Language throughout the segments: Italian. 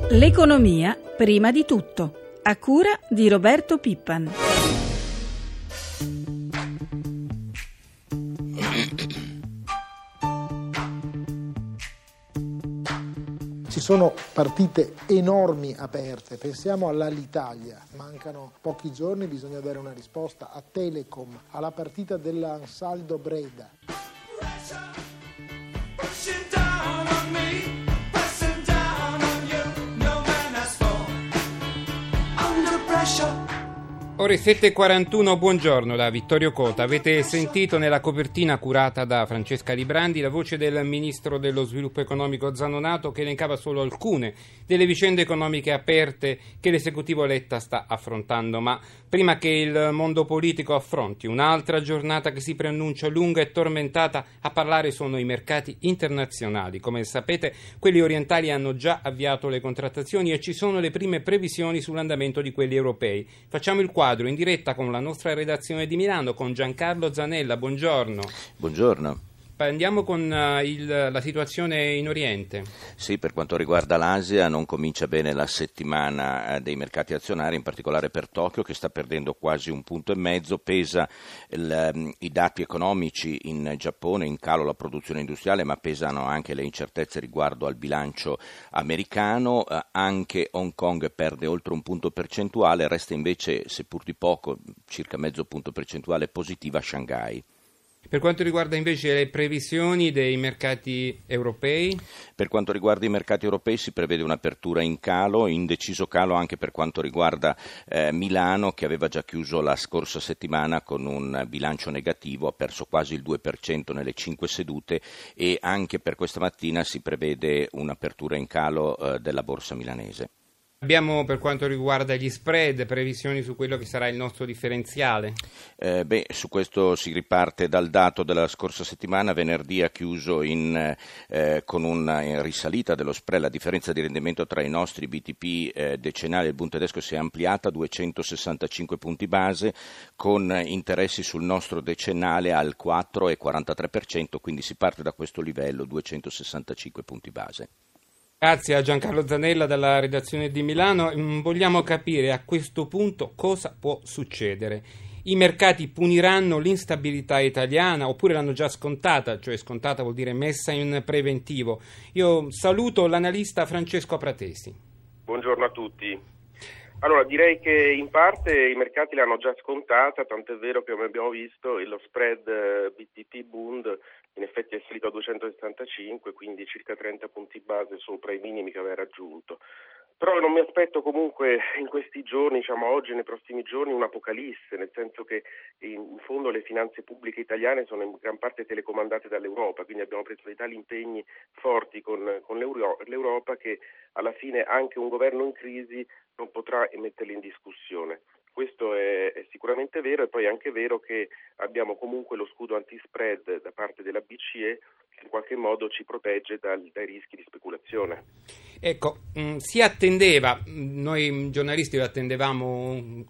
L'economia prima di tutto, a cura di Roberto Pippan. Ci sono partite enormi aperte, pensiamo all'Alitalia, mancano pochi giorni, bisogna dare una risposta a Telecom, alla partita dell'Ansaldo Breda. Ore 7.41, buongiorno da Vittorio Cota. Avete sentito nella copertina curata da Francesca Librandi la voce del Ministro dello Sviluppo Economico Zanonato che elencava solo alcune delle vicende economiche aperte che l'esecutivo Letta sta affrontando. Ma prima che il mondo politico affronti un'altra giornata che si preannuncia lunga e tormentata, a parlare sono i mercati internazionali. Come sapete, quelli orientali hanno già avviato le contrattazioni e ci sono le prime previsioni sull'andamento di quelli europei. Facciamo il quadro in diretta con la nostra redazione di Milano, con Giancarlo Zanella. Buongiorno. Buongiorno. Andiamo con la situazione in Oriente. Sì, per quanto riguarda l'Asia non comincia bene la settimana dei mercati azionari, in particolare per Tokyo che sta perdendo quasi 1,5 punti. Pesa i dati economici in Giappone, in calo la produzione industriale, ma pesano anche le incertezze riguardo al bilancio americano. Anche Hong Kong perde oltre 1 punto percentuale, resta invece, seppur di poco, circa 0,5 punto percentuale positiva Shanghai. Per quanto riguarda invece le previsioni dei mercati europei? Per quanto riguarda i mercati europei si prevede un'apertura in calo, in deciso calo anche per quanto riguarda Milano, che aveva già chiuso la scorsa settimana con un bilancio negativo, ha perso quasi il 2% nelle 5 sedute, e anche per questa mattina si prevede un'apertura in calo della borsa milanese. Abbiamo, per quanto riguarda gli spread, previsioni su quello che sarà il nostro differenziale? Su questo si riparte dal dato della scorsa settimana. Venerdì ha chiuso con una risalita dello spread. La differenza di rendimento tra i nostri BTP decennali e il Bund tedesco si è ampliata a 265 punti base, con interessi sul nostro decennale al 4,43%, quindi si parte da questo livello, 265 punti base. Grazie a Giancarlo Zanella dalla redazione di Milano. Vogliamo capire a questo punto cosa può succedere. I mercati puniranno l'instabilità italiana oppure l'hanno già scontata, cioè scontata vuol dire messa in preventivo. Io saluto l'analista Francesco Pratesi. Buongiorno a tutti. Allora, direi che in parte i mercati l'hanno già scontata, tant'è vero che, come abbiamo visto, lo spread BTP-Bund in effetti è salito a 275, quindi circa 30 punti base sopra i minimi che aveva raggiunto. Però non mi aspetto comunque in questi giorni, oggi e nei prossimi giorni, un'apocalisse, nel senso che in fondo le finanze pubbliche italiane sono in gran parte telecomandate dall'Europa, quindi abbiamo preso dei tali impegni forti con l'Europa che alla fine anche un governo in crisi non potrà metterli in discussione. Questo è sicuramente vero, e poi è anche vero che abbiamo comunque lo scudo anti-spread da parte della BCE che in qualche modo ci protegge dai rischi di speculazione. Ecco, si attendeva, noi giornalisti lo attendevamo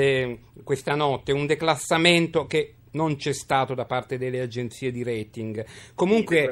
questa notte, un declassamento che non c'è stato da parte delle agenzie di rating. Comunque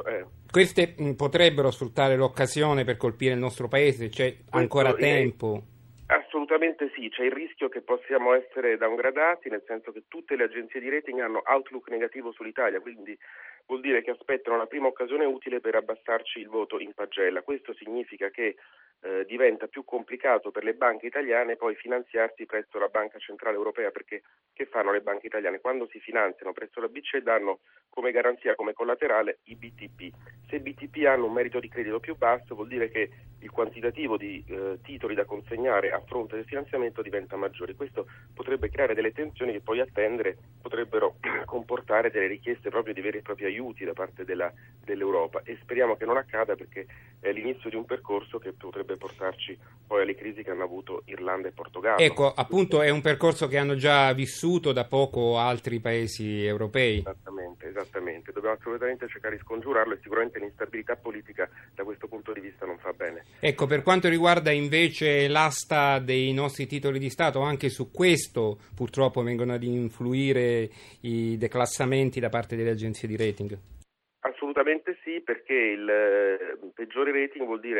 queste potrebbero sfruttare l'occasione per colpire il nostro paese, c'è ancora tempo. Assolutamente sì, c'è il rischio che possiamo essere downgradati, nel senso che tutte le agenzie di rating hanno outlook negativo sull'Italia, quindi vuol dire che aspettano la prima occasione utile per abbassarci il voto in pagella. Questo significa che diventa più complicato per le banche italiane poi finanziarsi presso la Banca Centrale Europea, perché che fanno le banche italiane? Quando si finanziano presso la BCE danno come garanzia, come collaterale, i BTP. Se i BTP hanno un merito di credito più basso, vuol dire che il quantitativo di titoli da consegnare a fronte del finanziamento diventa maggiore. Questo potrebbe creare delle tensioni che poi a tendere potrebbero comportare delle richieste proprio di veri e propri aiuti da parte dell'Europa, e speriamo che non accada, perché è l'inizio di un percorso che potrebbe portarci poi alle crisi che hanno avuto Irlanda e Portogallo. Ecco, appunto è un percorso che hanno già vissuto da poco altri paesi europei. Esattamente, dobbiamo assolutamente cercare di scongiurarlo, e sicuramente l'instabilità politica da questo punto di vista non fa bene. Ecco, per quanto riguarda invece l'asta dei nostri titoli di Stato, anche su questo purtroppo vengono ad influire i declassamenti da parte delle agenzie di rating. Assolutamente sì, perché il peggiore rating vuol dire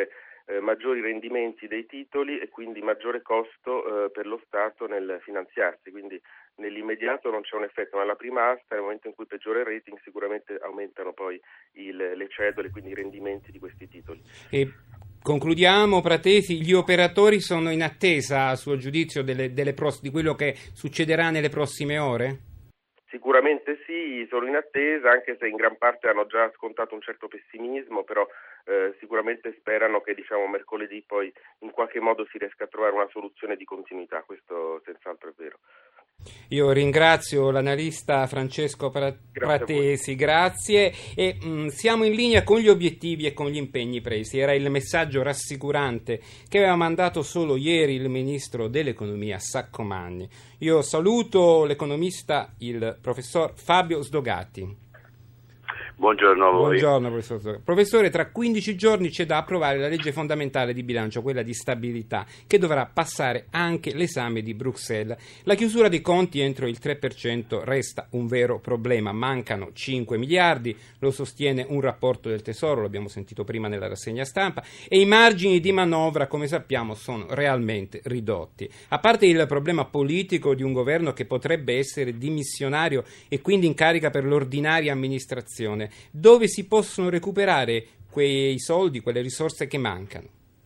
maggiori rendimenti dei titoli e quindi maggiore costo per lo Stato nel finanziarsi, quindi nell'immediato non c'è un effetto, ma alla prima asta, nel momento in cui peggiora il rating, sicuramente aumentano poi le cedole, quindi i rendimenti di questi titoli. E concludiamo, Pratesi, gli operatori sono in attesa, a suo giudizio, di quello che succederà nelle prossime ore? Sicuramente sì, sono in attesa, anche se in gran parte hanno già scontato un certo pessimismo, però sicuramente sperano che mercoledì poi in qualche modo si riesca a trovare una soluzione di continuità, questo senz'altro è vero. Io ringrazio l'analista Francesco Pratesi, grazie. E siamo in linea con gli obiettivi e con gli impegni presi. Era il messaggio rassicurante che aveva mandato solo ieri il ministro dell'economia Saccomanni. Io saluto l'economista, il professor Fabio Sdogati. Buongiorno a voi. Buongiorno professor Sdogati. Professore, tra 15 giorni c'è da approvare la legge fondamentale di bilancio, quella di stabilità, che dovrà passare anche l'esame di Bruxelles. La chiusura dei conti entro il 3% resta un vero problema. Mancano 5 miliardi, lo sostiene un rapporto del Tesoro, l'abbiamo sentito prima nella rassegna stampa, e i margini di manovra, come sappiamo, sono realmente ridotti. A parte il problema politico di un governo che potrebbe essere dimissionario e quindi in carica per l'ordinaria amministrazione, dove si possono recuperare quei soldi, quelle risorse che mancano?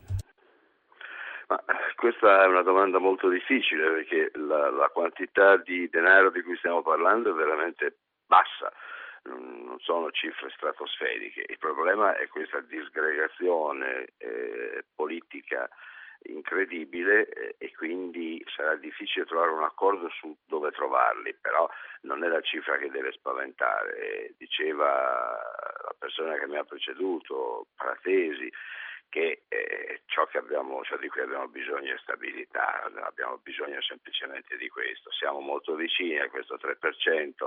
Ma questa è una domanda molto difficile, perché la quantità di denaro di cui stiamo parlando è veramente bassa, non sono cifre stratosferiche. Il problema è questa disgregazione politica incredibile e quindi sarà difficile trovare un accordo su dove trovarli, però non è la cifra che deve spaventare. Diceva la persona che mi ha preceduto, Pratesi, che ciò di cui abbiamo bisogno è stabilità, abbiamo bisogno semplicemente di questo. Siamo molto vicini a questo 3%.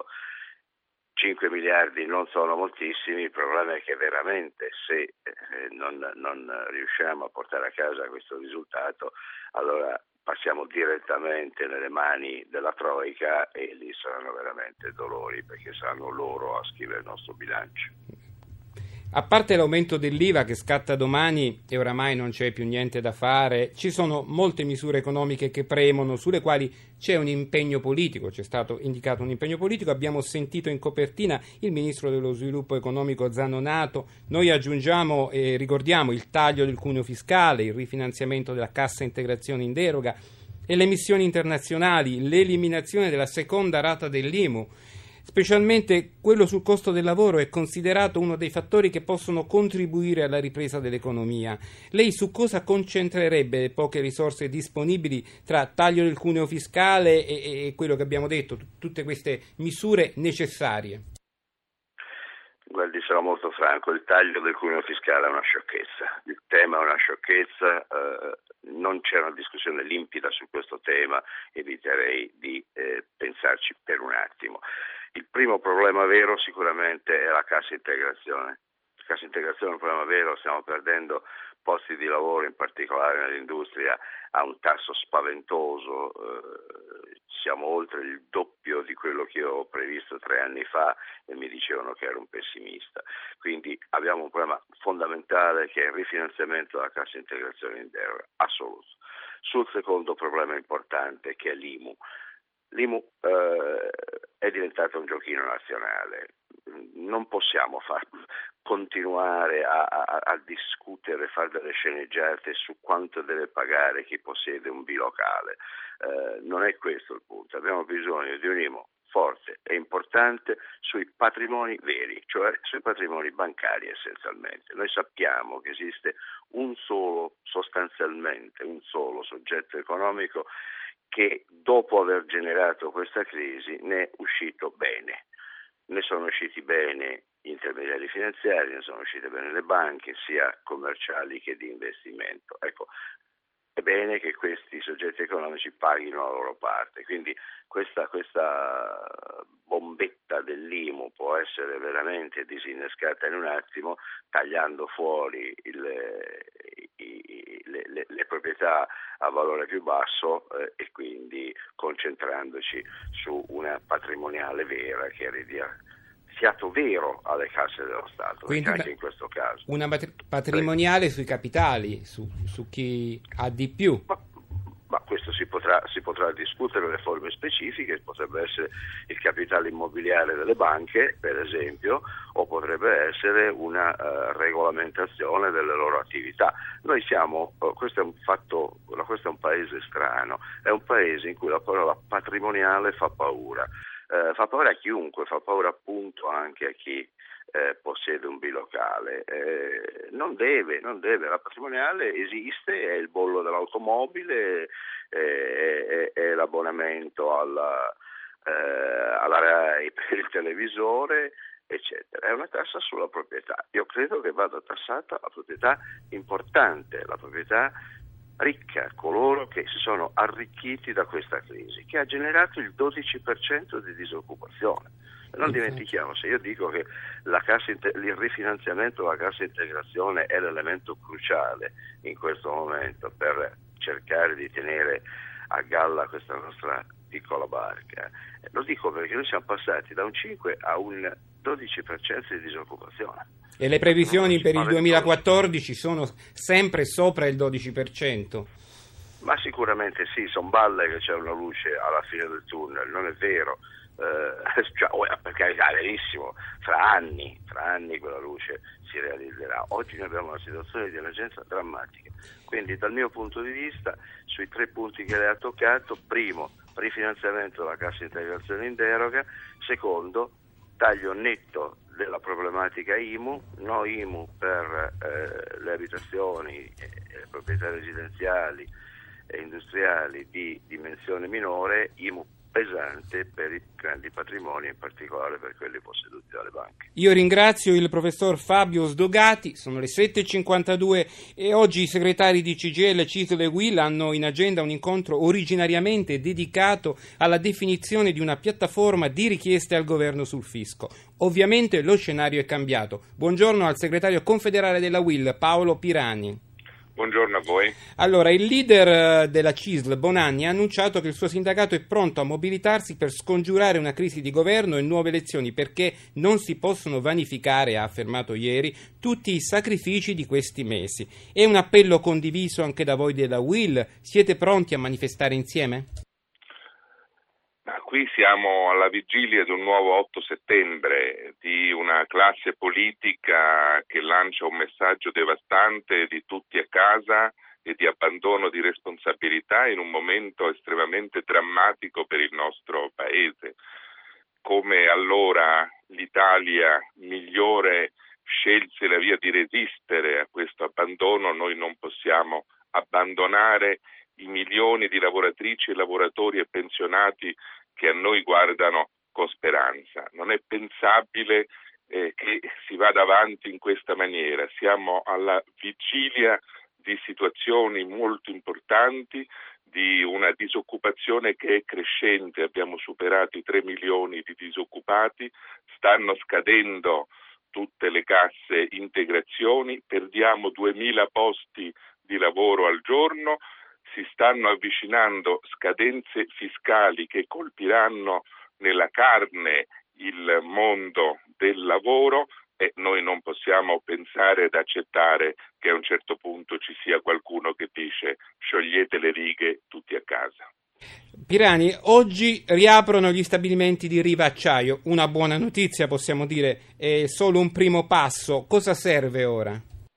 5 miliardi non sono moltissimi, il problema è che veramente se non riusciamo a portare a casa questo risultato, allora passiamo direttamente nelle mani della Troika e lì saranno veramente dolori, perché saranno loro a scrivere il nostro bilancio. A parte l'aumento dell'IVA che scatta domani e oramai non c'è più niente da fare, ci sono molte misure economiche che premono, sulle quali c'è un impegno politico, c'è stato indicato un impegno politico. Abbiamo sentito in copertina il ministro dello sviluppo economico Zanonato. Noi aggiungiamo e ricordiamo il taglio del cuneo fiscale, il rifinanziamento della cassa integrazione in deroga e le missioni internazionali, l'eliminazione della seconda rata dell'IMU. Specialmente quello sul costo del lavoro è considerato uno dei fattori che possono contribuire alla ripresa dell'economia. Lei su cosa concentrerebbe le poche risorse disponibili tra taglio del cuneo fiscale e quello che abbiamo detto, tutte queste misure necessarie? Guardi, sarò molto franco, il taglio del cuneo fiscale è una sciocchezza, il tema è una sciocchezza, non c'è una discussione limpida su questo tema, eviterei di pensarci per un attimo. Il primo problema vero sicuramente è la cassa integrazione. La cassa integrazione è un problema vero, stiamo perdendo posti di lavoro, in particolare nell'industria, a un tasso spaventoso, siamo oltre il doppio di quello che ho previsto 3 anni fa e mi dicevano che ero un pessimista. Quindi abbiamo un problema fondamentale che è il rifinanziamento della cassa integrazione in deroga, assoluto. Sul secondo problema importante, che è l'IMU. L'IMU è diventato un giochino nazionale, non possiamo continuare a discutere, fare delle sceneggiate su quanto deve pagare chi possiede un bilocale, non è questo il punto, abbiamo bisogno di un IMU forte e importante sui patrimoni veri, cioè sui patrimoni bancari essenzialmente. Noi sappiamo che esiste sostanzialmente un solo soggetto economico che dopo aver generato questa crisi ne è uscito bene. Ne sono usciti bene gli intermediari finanziari, ne sono uscite bene le banche, sia commerciali che di investimento. Ecco, è bene che questi soggetti economici paghino la loro parte, quindi questa bombetta dell'IMU può essere veramente disinnescata in un attimo, tagliando fuori le proprietà a valore più basso e quindi concentrandoci su una patrimoniale vera che fiato vero alle casse dello Stato, quindi anche in questo caso. Una patrimoniale sui capitali, su chi ha di più. Ma questo si potrà discutere le forme specifiche, potrebbe essere il capitale immobiliare delle banche, per esempio, o potrebbe essere una regolamentazione delle loro attività. Noi questo è un paese strano, è un paese in cui la parola patrimoniale fa paura a chiunque, fa paura appunto anche a chi possiede un bilocale. Non deve, la patrimoniale esiste, è il bollo dell'automobile, è l'abbonamento alla RAI per il televisore, eccetera. È una tassa sulla proprietà. Io credo che vada tassata la proprietà importante, la proprietà ricca, coloro che si sono arricchiti da questa crisi, che ha generato il 12% di disoccupazione. Non dimentichiamo, se io dico che il rifinanziamento della cassa integrazione è l'elemento cruciale in questo momento per cercare di tenere a galla questa nostra piccola barca, lo dico perché noi siamo passati da un 5 a un 12% di disoccupazione. E le previsioni per il 2014 sono sempre sopra il 12%. Ma sicuramente sì, sono balle che c'è una luce alla fine del tunnel, non è vero. Per carità, è verissimo, fra anni quella luce si realizzerà. Oggi noi abbiamo una situazione di emergenza drammatica, quindi dal mio punto di vista sui 3 punti che lei ha toccato: primo, rifinanziamento della cassa integrazione in deroga; secondo, taglio netto della problematica IMU, no IMU per le abitazioni e le proprietà residenziali e industriali di dimensione minore, IMU pesante per i grandi patrimoni, in particolare per quelli posseduti dalle banche. Io ringrazio il professor Fabio Sdogati, sono le 7.52 e oggi i segretari di CGIL, CISL e UIL hanno in agenda un incontro originariamente dedicato alla definizione di una piattaforma di richieste al governo sul fisco. Ovviamente lo scenario è cambiato. Buongiorno al segretario confederale della UIL, Paolo Pirani. Buongiorno a voi. Allora, il leader della CISL, Bonanni, ha annunciato che il suo sindacato è pronto a mobilitarsi per scongiurare una crisi di governo e nuove elezioni, perché non si possono vanificare, ha affermato ieri, tutti i sacrifici di questi mesi. È un appello condiviso anche da voi della UIL? Siete pronti a manifestare insieme? Qui siamo alla vigilia di un nuovo 8 settembre, di una classe politica che lancia un messaggio devastante di tutti a casa e di abbandono di responsabilità in un momento estremamente drammatico per il nostro Paese. Come allora l'Italia migliore scelse la via di resistere a questo abbandono, noi non possiamo abbandonare i milioni di lavoratrici e lavoratori e pensionati che a noi guardano con speranza. Non è pensabile che si vada avanti in questa maniera. Siamo alla vigilia di situazioni molto importanti, di una disoccupazione che è crescente, abbiamo superato i 3 milioni di disoccupati, stanno scadendo tutte le casse integrazioni, perdiamo 2.000 posti di lavoro al giorno, si stanno avvicinando scadenze fiscali che colpiranno nella carne il mondo del lavoro e noi non possiamo pensare ed accettare che a un certo punto ci sia qualcuno che dice sciogliete le righe tutti a casa. Pirani, oggi riaprono gli stabilimenti di Riva Acciaio, una buona notizia possiamo dire, è solo un primo passo, cosa serve ora?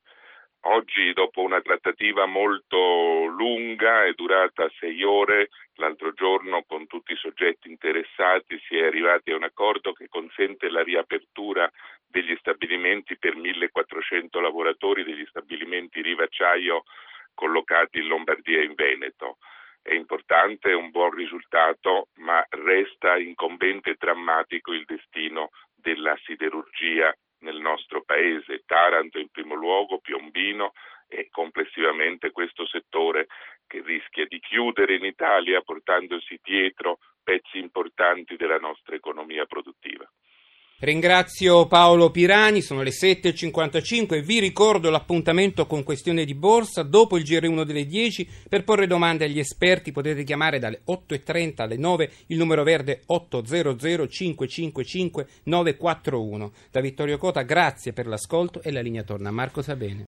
Oggi, dopo una trattativa molto lunga e durata 6 ore, l'altro giorno con tutti i soggetti interessati si è arrivati a un accordo che consente la riapertura degli stabilimenti per 1.400 lavoratori degli stabilimenti Riva Acciaio collocati in Lombardia e in Veneto. È importante, è un buon risultato, ma resta incombente e drammatico il destino della siderurgia nel nostro paese, Taranto in primo luogo, Piombino e complessivamente questo settore che rischia di chiudere in Italia portandosi dietro pezzi importanti della nostra economia produttiva. Ringrazio Paolo Pirani, sono le 7.55 e vi ricordo l'appuntamento con Questione di Borsa dopo il GR1 delle 10. Per porre domande agli esperti potete chiamare dalle 8.30 alle 9 il numero verde 800 555 941. Da Vittorio Cota grazie per l'ascolto e la linea torna a Marco Sabene.